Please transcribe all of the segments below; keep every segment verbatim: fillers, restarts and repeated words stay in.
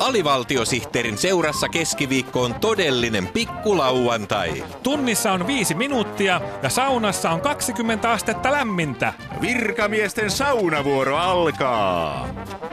Alivaltiosihteerin seurassa keskiviikko on todellinen pikkulauantai. Tunnissa on viisi minuuttia ja saunassa on kaksikymmentä astetta lämmintä. Virkamiesten saunavuoro alkaa.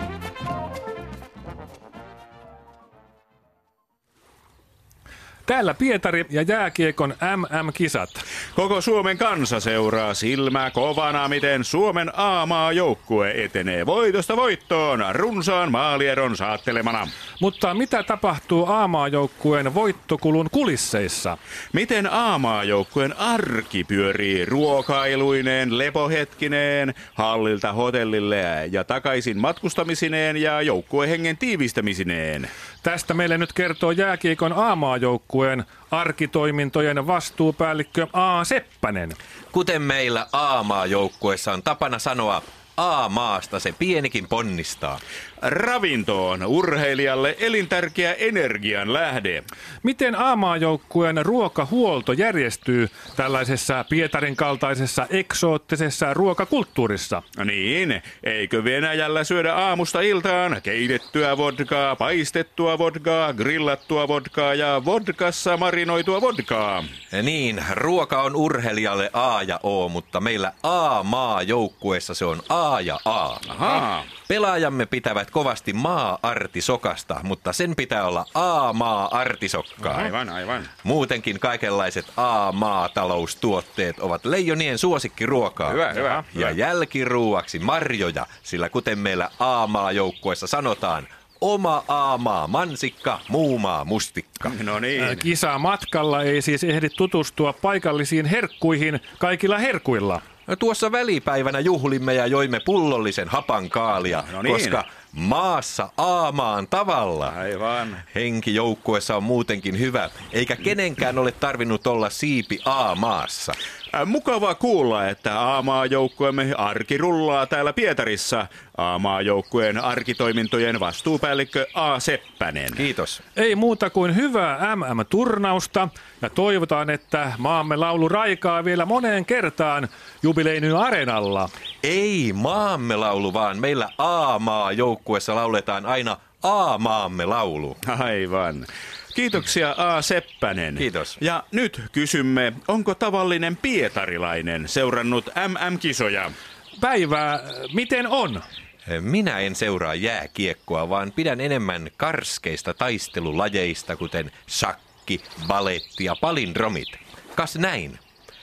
Täällä Pietari ja jääkiekon M M-kisat. Koko Suomen kansa seuraa silmää kovana, miten Suomen A-maajoukkue etenee voitosta voittoon runsaan maalieron saattelemana. Mutta mitä tapahtuu A-maajoukkueen voittokulun kulisseissa? Miten A-maajoukkueen arki pyörii ruokailuineen, lepohetkineen, hallilta hotellille ja takaisin matkustamisineen ja joukkuehengen tiivistämisineen? Tästä meille nyt kertoo jääkiekon A-maajoukkueen arkitoimintojen vastuupäällikkö A. Seppänen. Kuten meillä A-maajoukkueessa on tapana sanoa, A-maasta se pienikin ponnistaa. Ravinto on urheilijalle elintärkeä energian lähde. Miten A-maajoukkueen ruokahuolto järjestyy tällaisessa Pietarin kaltaisessa eksoottisessa ruokakulttuurissa? Niin, eikö Venäjällä syödä aamusta iltaan keitettyä vodkaa, paistettua vodkaa, grillattua vodkaa ja vodkassa marinoitua vodkaa? Niin, ruoka on urheilijalle A ja O, mutta meillä A-maajoukkueessa se on A ja A. Ahaa. Pelaajamme pitävät kovasti maa-artisokasta, mutta sen pitää olla A-maa-artisokkaa. Aivan, aivan. Muutenkin kaikenlaiset A-maataloustuotteet ovat leijonien suosikkiruokaa. Hyvä, hyvä. Ja hyvä. jälkiruuaksi marjoja, sillä kuten meillä A-maajoukkueessa sanotaan, oma A-maa mansikka, muu maa mustikka. No niin. Kisa matkalla ei siis ehdi tutustua paikallisiin herkkuihin kaikilla herkuilla. No tuossa välipäivänä juhlimme ja joimme pullollisen hapankaalia, No niin. koska maassa A-maan tavalla. Aivan. Henki joukkueessa on muutenkin hyvä, eikä kenenkään ole tarvinnut olla siipi A-maassa. Äh, Mukavaa kuulla, että A-maajoukkueemme arki rullaa täällä Pietarissa. A-maajoukkueen arkitoimintojen vastuupäällikkö A. Seppänen. Kiitos. Ei muuta kuin hyvää M M-turnausta ja toivotaan, että maamme laulu raikaa vielä moneen kertaan Jubileinyn areenalla. Ei maamme laulu, vaan meillä A-maajoukkueessa lauletaan aina A-maamme laulu. Aivan. Kiitoksia A. Seppänen. Kiitos. Ja nyt kysymme, onko tavallinen pietarilainen seurannut M M-kisoja? Päivää, miten on? Minä en seuraa jääkiekkoa, vaan pidän enemmän karskeista taistelulajeista, kuten shakki, baletti ja palindromit. Kas näin.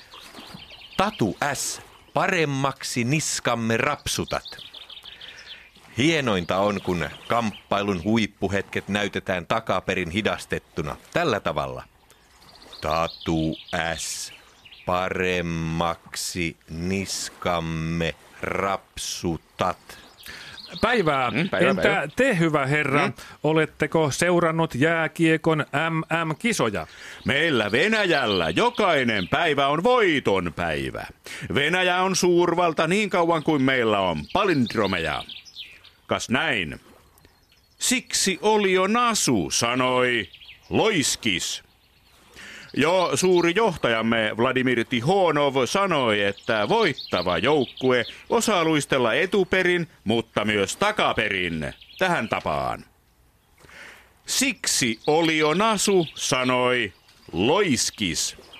Tatu S. Paremmaksi niskamme rapsutat. Hienointa on, kun kamppailun huippuhetket näytetään takaperin hidastettuna. Tällä tavalla. Tatu S. Paremmaksi niskamme rapsutat. Päivää. Mm, päivä, Entä päivä. te, hyvä herra, Mm. oletteko seurannut jääkiekon M M-kisoja? Meillä Venäjällä jokainen päivä on voiton päivä. Venäjä on suurvalta niin kauan kuin meillä on palindromeja. Kas näin. Siksi oli jo Nasu, sanoi Loiskis. Jo suuri johtajamme Vladimir Tihonov sanoi, että voittava joukkue osaa luistella etuperin, mutta myös takaperin. Tähän tapaan. Siksi oli jo Nasu, sanoi Loiskis.